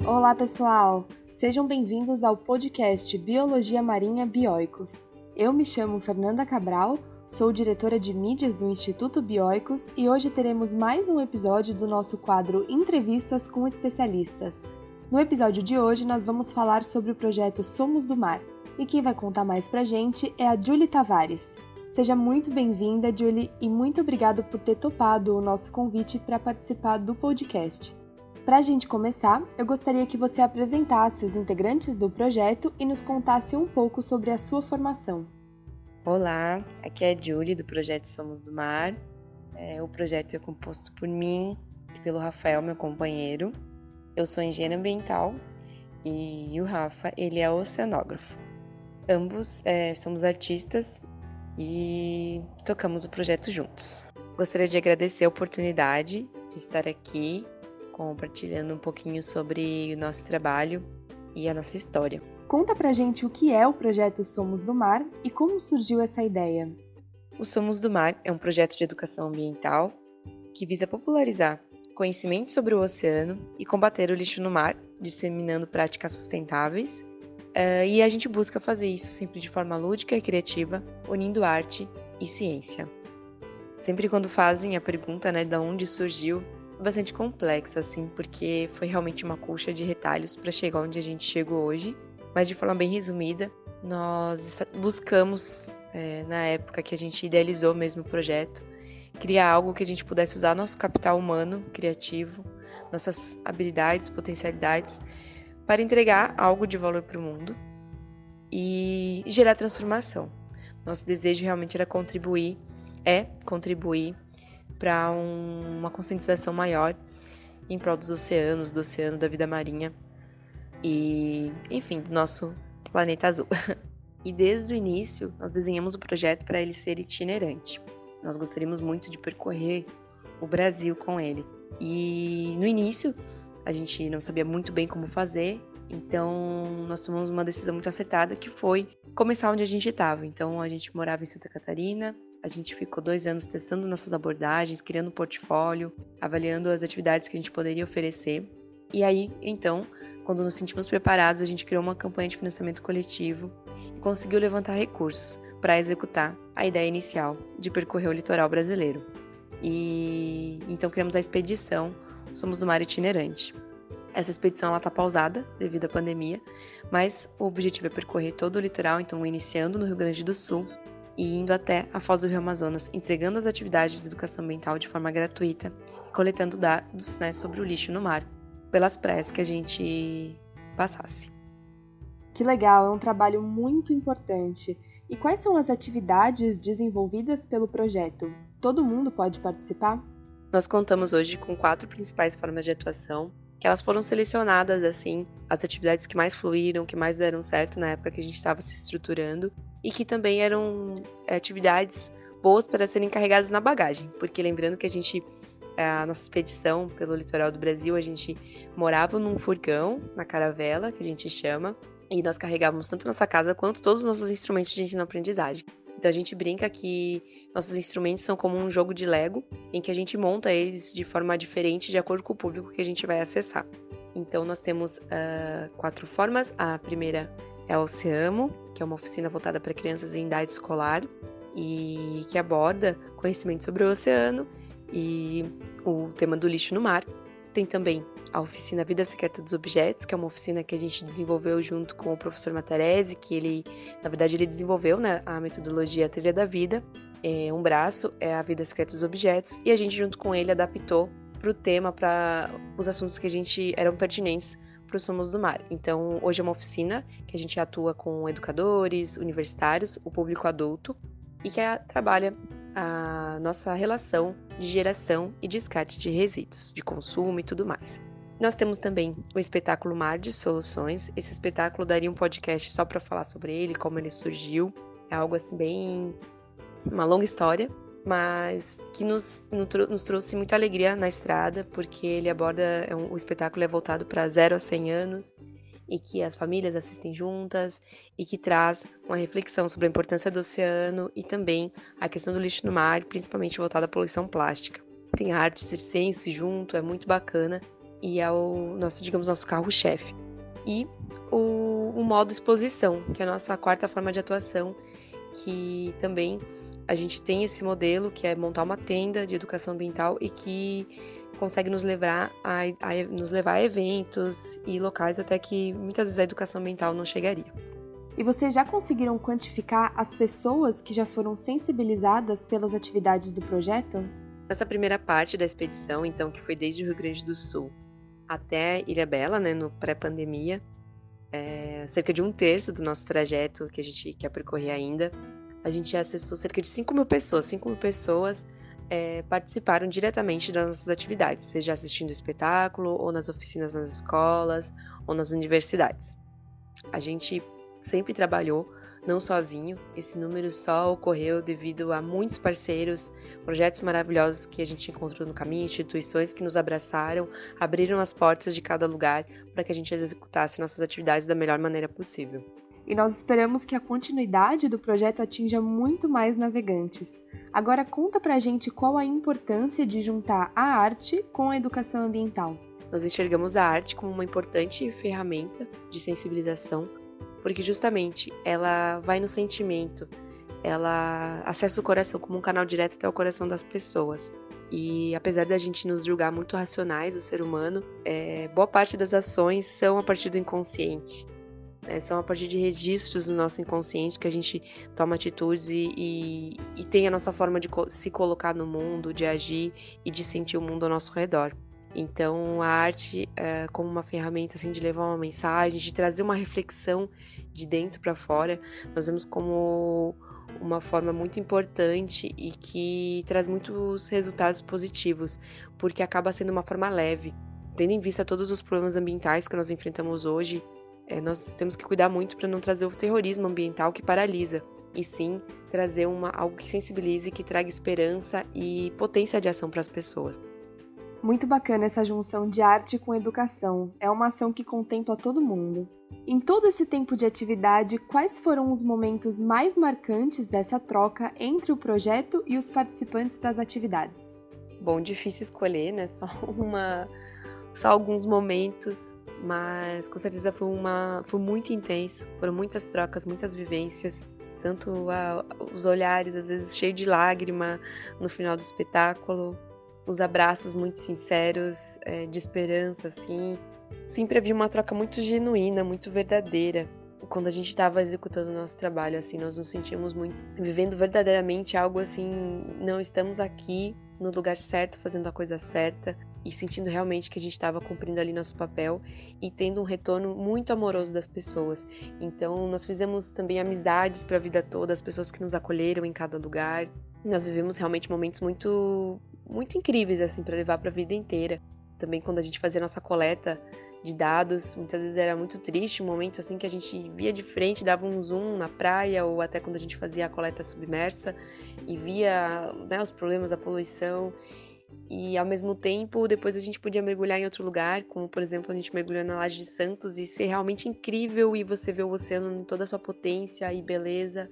Olá, pessoal! Sejam bem-vindos ao podcast Biologia Marinha Bioicos. Eu me chamo Fernanda Cabral, sou diretora de mídias do Instituto Bioicos e hoje teremos mais um episódio do nosso quadro Entrevistas com Especialistas. No episódio de hoje, nós vamos falar sobre o projeto Somos do Mar e quem vai contar mais pra gente é a Julie Tavares. Seja muito bem-vinda, Julie, e muito obrigado por ter topado o nosso convite para participar do podcast. Para a gente começar, eu gostaria que você apresentasse os integrantes do projeto e nos contasse um pouco sobre a sua formação. Olá, aqui é a Julie do projeto Somos do Mar. O projeto é composto por mim e pelo Rafael, meu companheiro. Eu sou engenheira ambiental e o Rafa, ele é oceanógrafo. Ambos somos artistas e tocamos o projeto juntos. Gostaria de agradecer a oportunidade de estar aqui compartilhando um pouquinho sobre o nosso trabalho e a nossa história. Conta pra gente o que é o projeto Somos do Mar e como surgiu essa ideia. O Somos do Mar é um projeto de educação ambiental que visa popularizar conhecimento sobre o oceano e combater o lixo no mar, disseminando práticas sustentáveis. E a gente busca fazer isso sempre de forma lúdica e criativa, unindo arte e ciência. Sempre quando fazem a pergunta, de onde surgiu, é bastante complexo, assim, porque foi realmente uma colcha de retalhos para chegar onde a gente chegou hoje. Mas de forma bem resumida, nós buscamos, na época que a gente idealizou mesmo o projeto, criar algo que a gente pudesse usar nosso capital humano, criativo, nossas habilidades, potencialidades, para entregar algo de valor para o mundo e gerar transformação. Nosso desejo realmente era contribuir para uma conscientização maior em prol dos oceanos, do oceano, da vida marinha e, enfim, do nosso planeta azul. E desde o início, nós desenhamos o projeto para ele ser itinerante. Nós gostaríamos muito de percorrer o Brasil com ele. E no início, a gente não sabia muito bem como fazer, então nós tomamos uma decisão muito acertada, que foi começar onde a gente estava. Então a gente morava em Santa Catarina, a gente ficou 2 anos testando nossas abordagens, criando um portfólio, avaliando as atividades que a gente poderia oferecer. E aí, então, quando nos sentimos preparados, a gente criou uma campanha de financiamento coletivo e conseguiu levantar recursos para executar a ideia inicial de percorrer o litoral brasileiro. E então criamos a expedição Somos do Mar Itinerante. Essa expedição está pausada devido à pandemia, mas o objetivo é percorrer todo o litoral, então iniciando no Rio Grande do Sul e indo até a Foz do Rio Amazonas, entregando as atividades de educação ambiental de forma gratuita e coletando dados sobre o lixo no mar, pelas praias que a gente passasse. Que legal, é um trabalho muito importante. E quais são as atividades desenvolvidas pelo projeto? Todo mundo pode participar? Nós contamos hoje com 4 principais formas de atuação, que elas foram selecionadas, assim, as atividades que mais fluíram, que mais deram certo na época que a gente estava se estruturando, e que também eram atividades boas para serem carregadas na bagagem, porque lembrando que a nossa expedição pelo litoral do Brasil, a gente morava num furgão, na caravela, que a gente chama, e nós carregávamos tanto nossa casa quanto todos os nossos instrumentos de ensino-aprendizagem. Então a gente brinca que nossos instrumentos são como um jogo de Lego, em que a gente monta eles de forma diferente de acordo com o público que a gente vai acessar. Então nós temos 4 formas. A primeira é o Oceamo, que é uma oficina voltada para crianças em idade escolar e que aborda conhecimento sobre o oceano e o tema do lixo no mar. Tem também a oficina Vida Secreta dos Objetos, que é uma oficina que a gente desenvolveu junto com o professor Matarese, que ele desenvolveu a metodologia Trilha da Vida. Um braço é a Vida Secreta dos Objetos, e a gente junto com ele adaptou para o tema, para os assuntos que eram pertinentes para os Somos do Mar. Então, hoje é uma oficina que a gente atua com educadores, universitários, o público adulto, e que trabalha a nossa relação de geração e descarte de resíduos, de consumo e tudo mais. Nós temos também o espetáculo Mar de Soluções. Esse espetáculo daria um podcast só para falar sobre ele, como ele surgiu. É algo assim bem... uma longa história, mas que nos trouxe muita alegria na estrada, porque ele aborda... o espetáculo é voltado para 0 a 100 anos, e que as famílias assistem juntas e que traz uma reflexão sobre a importância do oceano e também a questão do lixo no mar, principalmente voltada à poluição plástica. Tem arte circense junto, é muito bacana e é o nosso, digamos, nosso carro-chefe. E o modo exposição, que é a nossa quarta forma de atuação, que também a gente tem esse modelo, que é montar uma tenda de educação ambiental e que consegue nos levar a eventos e locais até que muitas vezes a educação ambiental não chegaria. E vocês já conseguiram quantificar as pessoas que já foram sensibilizadas pelas atividades do projeto? Nessa primeira parte da expedição, então, que foi desde o Rio Grande do Sul até Ilhabela, né, no pré-pandemia, cerca de 1/3 do nosso trajeto que a gente quer percorrer ainda, a gente acessou cerca de 5.000 pessoas. 5.000 pessoas participaram diretamente das nossas atividades, seja assistindo o espetáculo, ou nas oficinas nas escolas, ou nas universidades. A gente sempre trabalhou não sozinho, esse número só ocorreu devido a muitos parceiros, projetos maravilhosos que a gente encontrou no caminho, instituições que nos abraçaram, abriram as portas de cada lugar para que a gente executasse nossas atividades da melhor maneira possível. E nós esperamos que a continuidade do projeto atinja muito mais navegantes. Agora conta pra gente qual a importância de juntar a arte com a educação ambiental. Nós enxergamos a arte como uma importante ferramenta de sensibilização, porque justamente ela vai no sentimento, ela acessa o coração como um canal direto até o coração das pessoas. E apesar da gente nos julgar muito racionais, o ser humano, boa parte das ações são a partir do inconsciente. São a partir de registros do nosso inconsciente que a gente toma atitudes e tem a nossa forma de se colocar no mundo, de agir e de sentir o mundo ao nosso redor. Então, a arte, como uma ferramenta assim, de levar uma mensagem, de trazer uma reflexão de dentro para fora, nós vemos como uma forma muito importante e que traz muitos resultados positivos, porque acaba sendo uma forma leve. Tendo em vista todos os problemas ambientais que nós enfrentamos hoje, nós temos que cuidar muito para não trazer o terrorismo ambiental que paralisa, e sim trazer algo que sensibilize, que traga esperança e potência de ação para as pessoas. Muito bacana essa junção de arte com educação. É uma ação que contempla todo mundo. Em todo esse tempo de atividade, quais foram os momentos mais marcantes dessa troca entre o projeto e os participantes das atividades? Bom, difícil escolher, né? Só alguns momentos, mas com certeza foi muito intenso. Foram muitas trocas, muitas vivências. Tanto os olhares, às vezes, cheios de lágrima no final do espetáculo. Os abraços muito sinceros, de esperança, assim. Sempre havia uma troca muito genuína, muito verdadeira. Quando a gente estava executando o nosso trabalho, assim, nós nos sentimos muito vivendo verdadeiramente algo assim, não estamos aqui no lugar certo, fazendo a coisa certa, e sentindo realmente que a gente estava cumprindo ali nosso papel e tendo um retorno muito amoroso das pessoas. Então, nós fizemos também amizades para a vida toda, as pessoas que nos acolheram em cada lugar. Nós vivemos realmente momentos muito, muito incríveis, assim, para levar para a vida inteira. Também quando a gente fazia nossa coleta de dados, muitas vezes era muito triste, um momento assim que a gente via de frente, dava um zoom na praia, ou até quando a gente fazia a coleta submersa e via, né, os problemas, a poluição. E ao mesmo tempo, depois a gente podia mergulhar em outro lugar, como por exemplo a gente mergulhou na Laje de Santos, e ser realmente incrível, e você vê o oceano em toda a sua potência e beleza.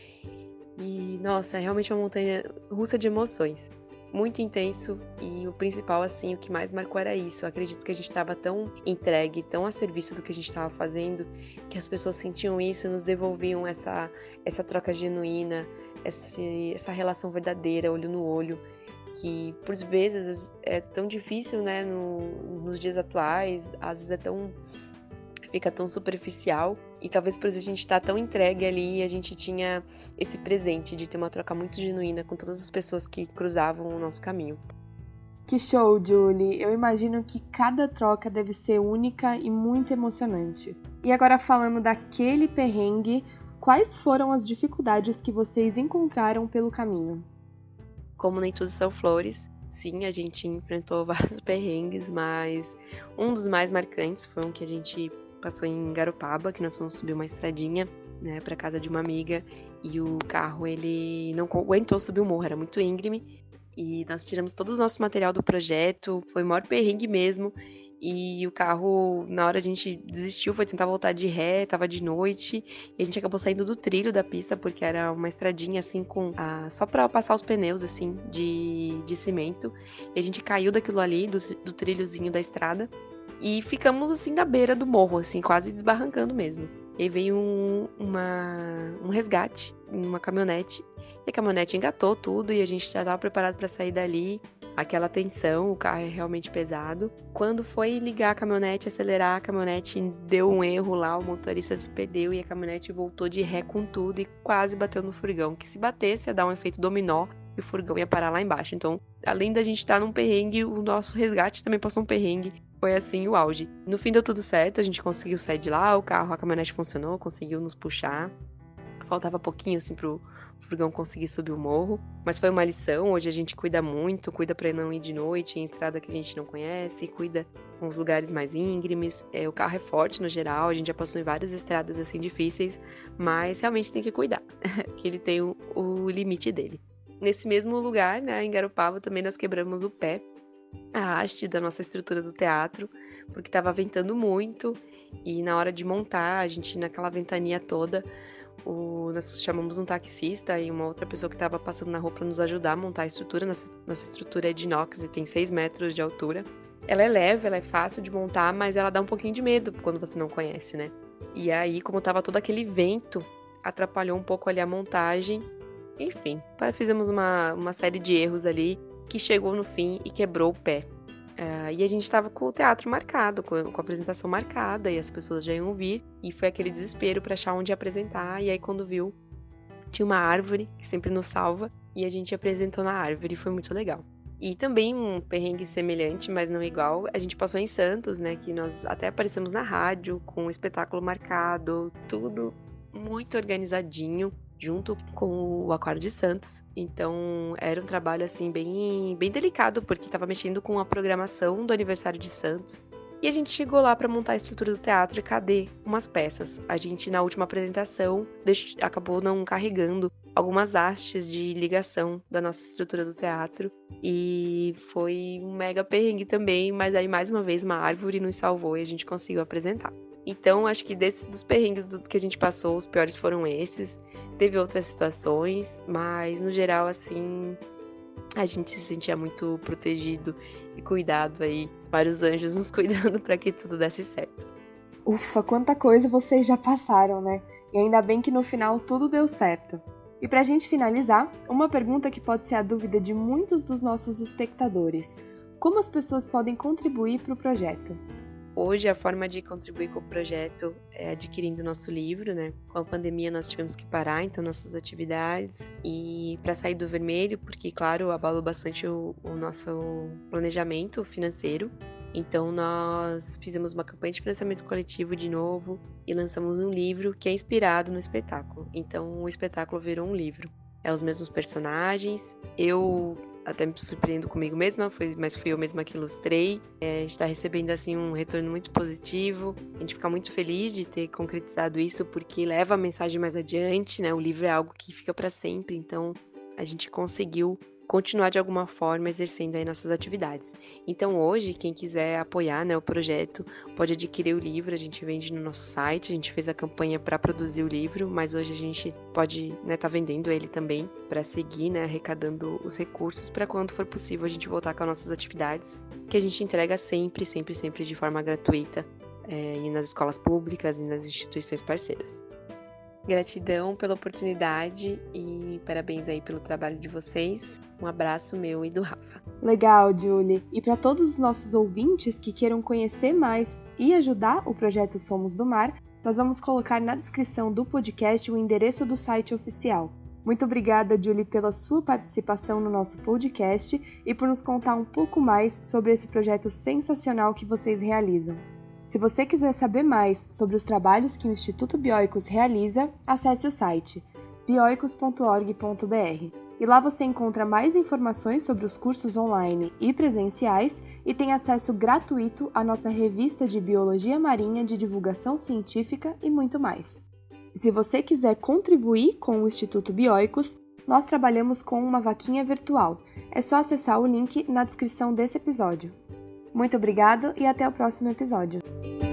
E nossa, é realmente uma montanha russa de emoções. Muito intenso, e o principal, assim, o que mais marcou era isso. Eu acredito que a gente estava tão entregue, tão a serviço do que a gente estava fazendo, que as pessoas sentiam isso e nos devolviam essa troca genuína, essa relação verdadeira, olho no olho, que por vezes é tão difícil, né, nos dias atuais, às vezes fica tão superficial, e talvez por isso a gente tá tão entregue ali, e a gente tinha esse presente de ter uma troca muito genuína com todas as pessoas que cruzavam o nosso caminho. Que show, Julie! Eu imagino que cada troca deve ser única e muito emocionante. E agora falando daquele perrengue, quais foram as dificuldades que vocês encontraram pelo caminho? Como nem tudo são flores, sim, a gente enfrentou vários perrengues, mas um dos mais marcantes foi um que a gente passou em Garopaba, que nós fomos subir uma estradinha, né, para casa de uma amiga, e o carro, ele não aguentou subir o morro, era muito íngreme, e nós tiramos todo o nosso material do projeto, foi o maior perrengue mesmo, e o carro, na hora a gente desistiu, foi tentar voltar de ré, tava de noite, e a gente acabou saindo do trilho da pista, porque era uma estradinha, assim, só pra passar os pneus, assim, de cimento, e a gente caiu daquilo ali, do trilhozinho da estrada, e ficamos, assim, na beira do morro, assim, quase desbarrancando mesmo. E aí veio um resgate, uma caminhonete, e a caminhonete engatou tudo, e a gente já tava preparado pra sair dali. Aquela tensão, o carro é realmente pesado. Quando foi ligar a caminhonete, acelerar, a caminhonete deu um erro lá, o motorista se perdeu e a caminhonete voltou de ré com tudo e quase bateu no furgão, que se batesse ia dar um efeito dominó e o furgão ia parar lá embaixo. Então, além da gente estar num perrengue, o nosso resgate também passou um perrengue. Foi assim o auge. No fim deu tudo certo, a gente conseguiu sair de lá, a caminhonete funcionou, conseguiu nos puxar. Faltava pouquinho assim pro furgão conseguir subir o morro, mas foi uma lição. Hoje a gente cuida muito, cuida pra não ir de noite em estrada que a gente não conhece, cuida com os lugares mais íngremes. O carro é forte no geral, a gente já passou em várias estradas assim difíceis, mas realmente tem que cuidar, que ele tem o limite dele. Nesse mesmo lugar, né, em Garopaba, também nós quebramos o pé, a haste da nossa estrutura do teatro, porque estava ventando muito e na hora de montar, a gente naquela ventania toda, nós chamamos um taxista e uma outra pessoa que estava passando na rua para nos ajudar a montar a estrutura. Nossa estrutura é de inox e tem 6 metros de altura. Ela é leve, ela é fácil de montar, mas ela dá um pouquinho de medo quando você não conhece, né? E aí, como tava todo aquele vento, atrapalhou um pouco ali a montagem. Enfim, fizemos uma série de erros ali que chegou no fim e quebrou o pé. E a gente tava com o teatro marcado, com a apresentação marcada, e as pessoas já iam vir, e foi aquele desespero pra achar onde apresentar, e aí quando viu, tinha uma árvore, que sempre nos salva, e a gente apresentou na árvore, e foi muito legal. E também um perrengue semelhante, mas não igual, a gente passou em Santos, né, que nós até aparecemos na rádio, com o espetáculo marcado, tudo muito organizadinho, junto com o Aquário de Santos. Então, era um trabalho, assim, bem delicado, porque estava mexendo com a programação do aniversário de Santos. E a gente chegou lá para montar a estrutura do teatro e cadê umas peças? A gente, na última apresentação, acabou não carregando algumas hastes de ligação da nossa estrutura do teatro. E foi um mega perrengue também, mas aí, mais uma vez, uma árvore nos salvou e a gente conseguiu apresentar. Então, acho que dos perrengues que a gente passou, os piores foram esses. Teve outras situações, mas no geral, assim, a gente se sentia muito protegido e cuidado aí. Vários anjos nos cuidando para que tudo desse certo. Ufa, quanta coisa vocês já passaram, né? E ainda bem que no final tudo deu certo. E pra gente finalizar, uma pergunta que pode ser a dúvida de muitos dos nossos espectadores. Como as pessoas podem contribuir para o projeto? Hoje, a forma de contribuir com o projeto é adquirindo nosso livro, né? Com a pandemia, nós tivemos que parar, então, nossas atividades. E para sair do vermelho, porque, claro, abalou bastante o nosso planejamento financeiro. Então, nós fizemos uma campanha de financiamento coletivo de novo e lançamos um livro que é inspirado no espetáculo. Então, o espetáculo virou um livro. É os mesmos personagens. Eu até me surpreendo comigo mesma, mas fui eu mesma que ilustrei. A gente está recebendo assim um retorno muito positivo. A gente fica muito feliz de ter concretizado isso, porque leva a mensagem mais adiante, né? O livro é algo que fica para sempre, então a gente conseguiu continuar de alguma forma exercendo aí nossas atividades. Então hoje, quem quiser apoiar, né, o projeto, pode adquirir o livro, a gente vende no nosso site, a gente fez a campanha para produzir o livro, mas hoje a gente pode, né, tá vendendo ele também para seguir, né, arrecadando os recursos para quando for possível a gente voltar com as nossas atividades, que a gente entrega sempre de forma gratuita, e nas escolas públicas e nas instituições parceiras. Gratidão pela oportunidade e parabéns aí pelo trabalho de vocês. Um abraço meu e do Rafa. Legal, Julie. E para todos os nossos ouvintes que queiram conhecer mais e ajudar o projeto Somos do Mar, nós vamos colocar na descrição do podcast o endereço do site oficial. Muito obrigada, Julie, pela sua participação no nosso podcast e por nos contar um pouco mais sobre esse projeto sensacional que vocês realizam. Se você quiser saber mais sobre os trabalhos que o Instituto Bioicos realiza, acesse o site bioicos.org.br. E lá você encontra mais informações sobre os cursos online e presenciais e tem acesso gratuito à nossa revista de Biologia Marinha de divulgação científica e muito mais. Se você quiser contribuir com o Instituto Bioicos, nós trabalhamos com uma vaquinha virtual. É só acessar o link na descrição desse episódio. Muito obrigado e até o próximo episódio.